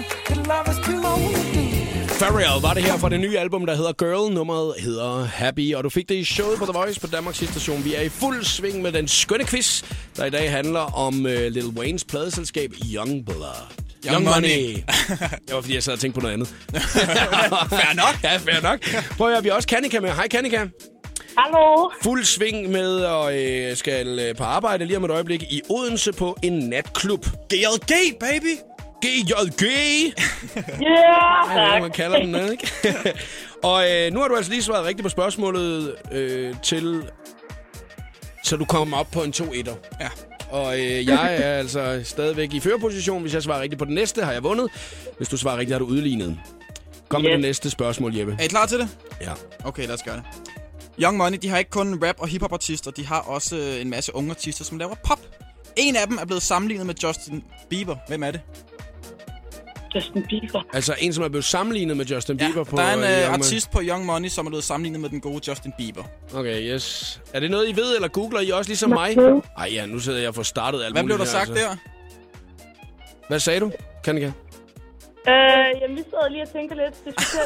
Pharrell var det her fra det nye album, der hedder Girl. Nummeret hedder Happy, og du fik det i showet på The Voice på Danmarks station. Vi er i fuld sving med den skønne quiz, der i dag handler om uh, Lil Waynes pladeselskab Young Blood. Young, Young Money. Money. Det var fordi, jeg sad og tænkte på noget andet. Fair nok. Ja, fair nok. Prøv at høre, vi har også Kanika med. Hej, Kanika. Hallo. Fuld sving med at øh, skal øh, på arbejde lige om et øjeblik i Odense på en natklub. G L G, baby. G J G. Ja, Ej, tak. man kalder den, ikke? Og øh, nu har du altså lige svaret rigtigt på spørgsmålet øh, til... Så du kommer op på en to etter. Ja. Og øh, jeg er altså stadigvæk i førerposition. Hvis jeg svarer rigtigt på det næste, har jeg vundet. Hvis du svarer rigtigt, har du udlignet. Kom yes. med det næste spørgsmål, Jeppe. Er I klar til det? Ja. Okay, lad os gøre det. Young Money, de har ikke kun rap- og hiphop-artister. De har også øh, en masse unge artister, som laver pop. En af dem er blevet sammenlignet med Justin Bieber. Hvem er det? Justin Bieber. Altså en, som er blevet sammenlignet med Justin Ja, Bieber på... der er en øh, øh, artist på Young Money, som er blevet sammenlignet med den gode Justin Bieber. Okay, yes. Er det noget, I ved, eller googler I også ligesom mig? Ej ja, nu sidder jeg og får startet alt Hvad blev der muligt her, sagt altså. der? Hvad sagde du, Kanika? Øh, jamen, vi sidder lige og tænker lidt, diskuterer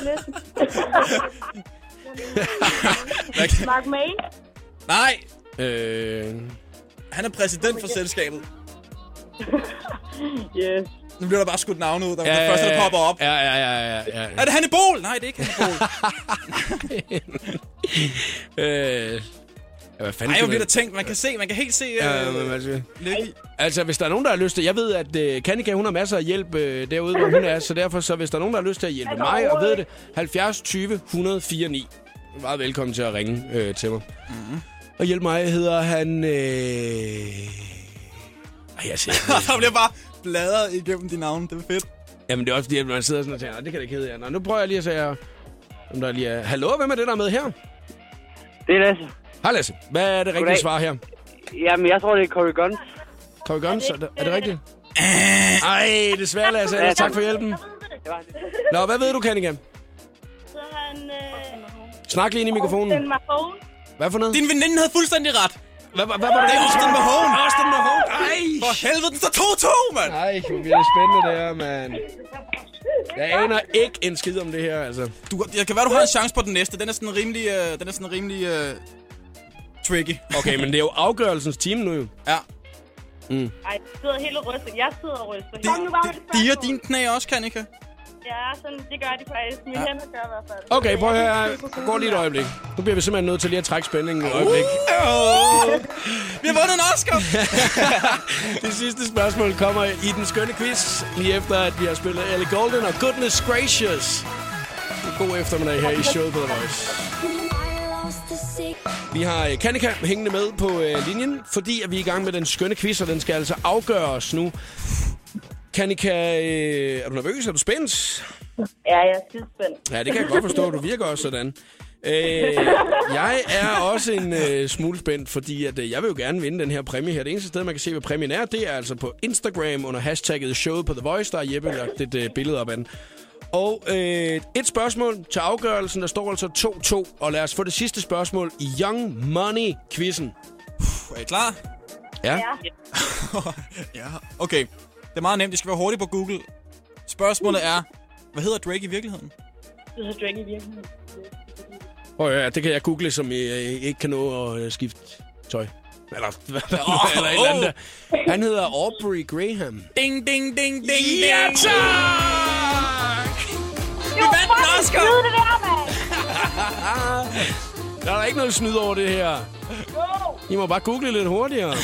lidt. Mark Main? Nej! Øh... Han er præsident for selskabet. Yes. Nu bliver der bare skudt navnet ud, der Ja, ja, det første, der popper op. Ja, ja, ja, ja, ja. Er det Hannibal? Nej, det er ikke Hannibal. øh... Ja, hvad fanden Nej, jeg kan bliver man- da tænkt. Man kan se, man kan helt se... Øh, Ja, men altså, lykke i. altså, hvis der er nogen, der har lyst til... Jeg ved, at uh, Kanika, hun har masser af hjælp uh, derude, hvor hun er. Så derfor, så hvis der er nogen, der har lyst til at hjælpe mig og ved det, halvfjerds tyve et hundrede fire ni. Meget velkommen til at ringe uh, til mig. Mm-hmm. Og hjælp mig hedder han... Øh... Ej, jeg siger... Der bliver bare bladret igennem de navne. Det er fedt. Jamen, det er også fordi, at man sidder sådan og tænker, det kan det ikke hedde. Ja. Nå, nu prøver jeg lige at sige, om der lige er... Hallo, hvem er det, der er med her? Det er Lasse. Hej Lasse. Hvad er det rigtige Goddag. svar her? Jamen, jeg tror, det er Corey Guns. Corey Guns, er det, er det rigtigt? Ej, desværre Lasse. Ja, tak for hjælpen. Nå, hvad ved du, Kanika? Så han... Øh... Snak lige ind i mikrofonen. Austin Mahone. Hvad for noget? Din veninde havde fuldstændig ret. Hvad, hvad, hvad var det? Det er Austin Mahone. Austin Mahone. Ej. For helvede, den står to to, mand. Ej, hvor bliver det spændende det her, mand. Jeg aner ikke en skid om det her, altså. Du, det kan være, du har en chance på den næste. Den er sådan rimelig... Øh, den er sådan rimelig... Øh, tricky. Okay, men det er jo afgørelsens team nu jo. Ja. Mm. Ej, jeg sidder helt og ryster. Jeg sidder og ryster. De, de, de er dine knæ også, Kanika. Ja, sådan, det gør de faktisk. Mine Ja. hænder gør i hvert fald. Okay, prøv at høre. Gå lige et øjeblik. Nu bliver vi simpelthen nødt til lige at trække spændingen et øjeblik. Oh. Vi har vundet en Oscar! Det sidste spørgsmål kommer i den skønne quiz, lige efter at vi har spillet Ellie Goulding og Goodness Gracious. God eftermiddag her i showet på The Voice. Vi har øh, Kanika hængende med på øh, linjen, fordi at vi er i gang med den skønne quiz, og den skal altså afgøres nu. Kanika, øh, er du nervøs? Er du spændt? Ja, jeg er skidespændt. Ja, det kan jeg godt forstå. Du virker også sådan. Øh, jeg er også en øh, smule spændt, fordi at, øh, jeg vil jo gerne vinde den her præmie her. Det eneste sted, man kan se, hvad præmien er, det er altså på Instagram under hashtagget showet på The Voice. Der er Jeppe lagt et øh, billede op af den. Og øh, et spørgsmål til afgørelsen. Der står altså to to. Og lad os få det sidste spørgsmål i Young Money-quizzen. Er I klar? Ja. Ja. Okay. Det er meget nemt. I skal være hurtigt på Google. Spørgsmålet er, hvad hedder Drake i virkeligheden? Det hedder Drake i virkeligheden. Åh oh, ja, det kan jeg google, som I øh, ikke kan nå at øh, skifte tøj. Eller, Oh, eller et eller andet der. Han hedder Aubrey Graham. Ding, ding, ding, ding, Ja, ding. tak! Vi vandt en Oscar! Skyd det der, mand! Der er der ikke noget snyd over det her. I må bare google lidt hurtigere.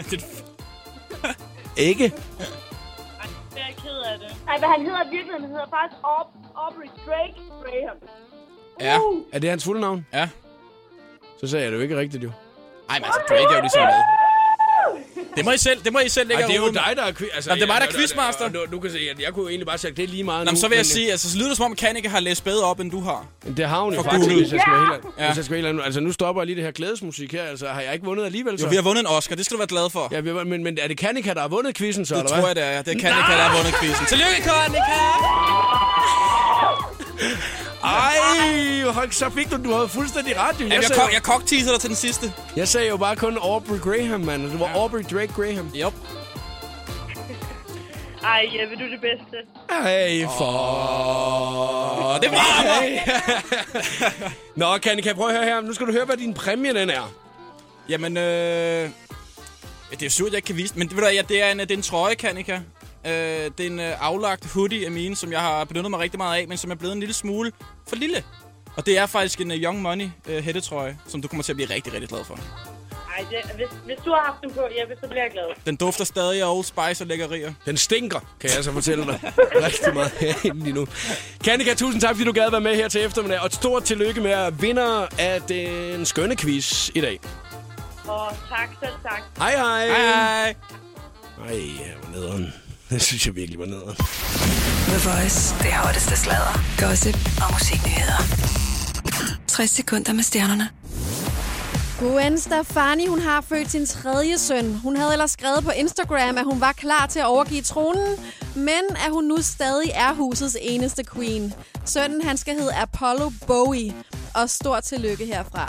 Ikke? Jeg er ked af det. Ej, hvad han hedder i virkeligheden, han hedder faktisk Aub- Aubrey Drake Graham. Ja. Er det hans fulde navn? Ja. Så sagde jeg det jo ikke rigtigt, jo. Ej, men altså, Drake er jo ligesom med. Det må I selv, det må I selv lægge. Ej, det er jo dig, der er quiz. Altså, Jamen, det er mig, der er quizmaster. Du, du kan se, at jeg kunne egentlig bare sige, det er lige meget. Nå, nu, så vil jeg men, sige, altså, så lyder det som om Kanika har læst bedre op, end du har. Det har hun jo For faktisk, Google. hvis jeg skal være helt, Ja. hvis jeg skal være helt Altså, nu stopper jeg lige det her glædesmusik her. Altså, har jeg ikke vundet alligevel, så? Jo, vi har vundet en Oscar. Det skal du være glad for. Ja, vi har, men, men er det Kanika, der har vundet quizzen, så? Det eller tror hvad? jeg, det er. Ja. Det er Kanika, der har vundet quizzen. Tillykke, Kanika! Ej, hold, så fik du, du havde fuldstændig ret. Jeg, Jamen, jeg, kok, jeg cockteaser dig til den sidste. Jeg sagde jo bare kun Aubrey Graham, mand. Du var ja. Aubrey Drake Graham. Yep. Ej, Jeppe, du er det bedste. Ej, for... Oh, det var mig! Nå, Kanika, prøv at høre her. Nu skal du høre, hvad din præmie den er. Jamen, øh... ja, det er jo surt, jeg ikke kan vise. Men ved du, ja, det er en, det er en trøje, Kanika. Øh, det er en øh, aflagt hoodie af mine, som jeg har benyttet mig rigtig meget af, men som er blevet en lille smule for lille. Og det er faktisk en uh, Young Money uh, hættetrøje, som du kommer til at blive rigtig, rigtig glad for. Ej, det, hvis, hvis du har haft den på, Jeppe, så bliver jeg glad. Den dufter stadig af Old Spice og lækkerier. Den stinker, kan jeg så fortælle dig. Rigtig meget herinde lige nu. Kanika, tusind tak, fordi du gad være med her til eftermiddag. Og et stort tillykke med at vinder af den skønne quiz i dag. Og tak, selv tak. Hej, hej. Hej, hej. Ej, jeg var nederen. Det synes jeg virkelig var nederen. The Voice. Det hotteste sladder, gossip og musiknyheder. tres sekunder med stjernerne. Gwen Stefani, hun har født sin tredje søn. Hun havde ellers skrevet på Instagram, at hun var klar til at overgive tronen, men at hun nu stadig er husets eneste queen. Sønnen, han skal hedde Apollo Bowie, og stort tillykke herfra.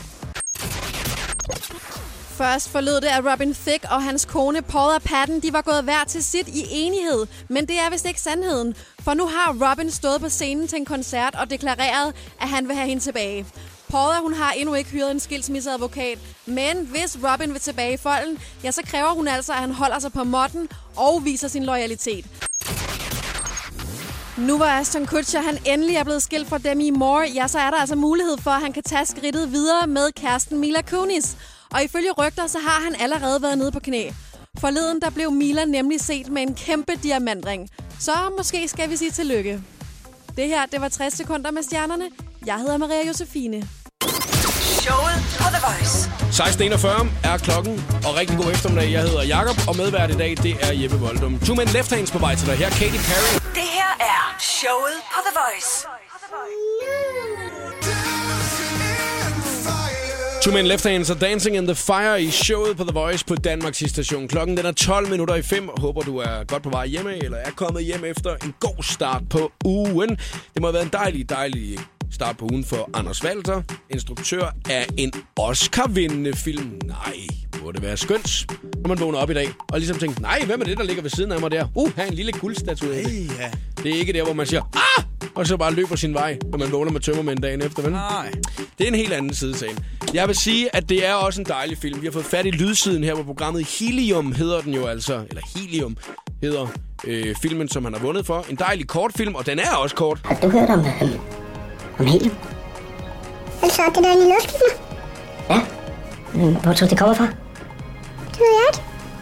Først forlød det, at Robin Thicke og hans kone Paula Patton, de var gået hver til sit i enighed. Men det er vist ikke sandheden, for nu har Robin stået på scenen til en koncert og deklareret, at han vil have hende tilbage. Paula, hun har endnu ikke hyret en skilsmisseadvokat, men hvis Robin vil tilbage i folden, ja, så kræver hun altså, at han holder sig på måtten og viser sin loyalitet. Nu hvor Ashton Kutcher han endelig er blevet skilt fra Demi Moore, ja, så er der altså mulighed for, at han kan tage skridtet videre med kæresten Mila Kunis. Og ifølge rygter, så har han allerede været nede på knæ. Forleden, der blev Mila nemlig set med en kæmpe diamantring. Så måske skal vi sige tillykke. Det her, det var tres sekunder med stjernerne. Jeg hedder Maria Josefine. Showet på The Voice. seksten enogfyrre er klokken, og rigtig god eftermiddag. Jeg hedder Jakob, og medvært i dag, det er Jeppe Voldum. Two Men Left Hands på vej til dig. Her Katy Perry. Det her er showet på The Voice. Two Men Left Hands og Dancing in the Fire i showet på The Voice på Danmarks station. Klokken den er tolv minutter i fem. Håber, du er godt på vej hjemme, eller er kommet hjem efter en god start på ugen. Det må have været en dejlig, dejlig start på ugen for Anders Walter, instruktør af en Oscar-vindende film. Nej, burde det være skønt, når man vågner op i dag og ligesom tænker, nej, hvem er det, der ligger ved siden af mig der? Uh, her er en lille guldstatue. Hey, ja. Det er ikke der, hvor man siger, ah! Og så bare løber sin vej, når man vågner med tømmermænd dagen efter, vel? Nej. Det er en helt anden side sagen. Jeg vil sige, at det er også en dejlig film. Vi har fået fat i lydsiden her på programmet. Helium hedder den jo altså, eller Helium hedder øh, filmen, som han har vundet for. En dejlig kortfilm, og den er også kort. Har du hørt om, øh, om helium? Altså, det der inde i luften? Ja. Mm, hvor tror du, det kommer fra? Det ved jeg ikke.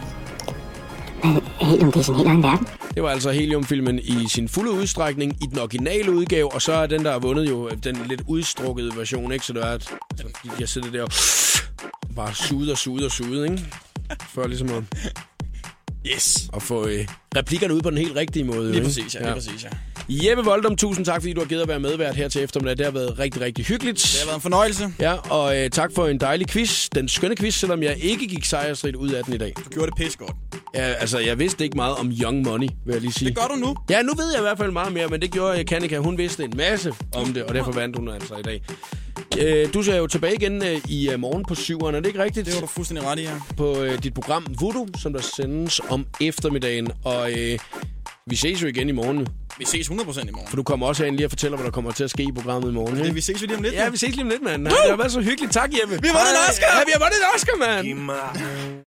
Men helium, det er sådan en helt anden verden. Det var altså Helium-filmen i sin fulde udstrækning i den originale udgave, og så er den, der har vundet jo den lidt udstrukkede version, ikke? Så det er, at jeg sidder der og bare sude og sude og sude, ikke? For ligesom at, yes. at få øh, replikkerne ud på den helt rigtige måde. Lige ikke? præcis, ja. Lige præcis, ja. Jeppe Voldum, tusind tak, fordi du har givet at være medvært her til eftermiddag. Det har været rigtig, rigtig hyggeligt. Det har været en fornøjelse. Ja, og øh, tak for en dejlig quiz. Den skønne quiz, selvom jeg ikke gik sejrsrigt ud af den i dag. Du gjorde det pisse godt. Ja, altså, jeg vidste ikke meget om Young Money, vil jeg lige sige. Det gør du nu. Ja, nu ved jeg i hvert fald meget mere, men det gjorde Kanika. Hun vidste en masse om det, og derfor vandt hun altså i dag. Øh, du ser jo tilbage igen øh, i øh, morgen på syveren, er det ikke rigtigt? Det var du fuldstændig ret i, ja. På øh, dit program Voodoo, som der sendes om eftermiddagen, og øh, vi ses jo igen i morgen. Vi ses hundrede procent i morgen. For du kommer også ind lige og fortæller, hvad der kommer til at ske i programmet i morgen. Det, vi ses jo lige om lidt. Ja, vi ses lige om lidt, mand. Det har været så hyggeligt. Tak, Jeppe. Vi har vundet en Oscar! Ja, vi har vundet en Oscar, mand!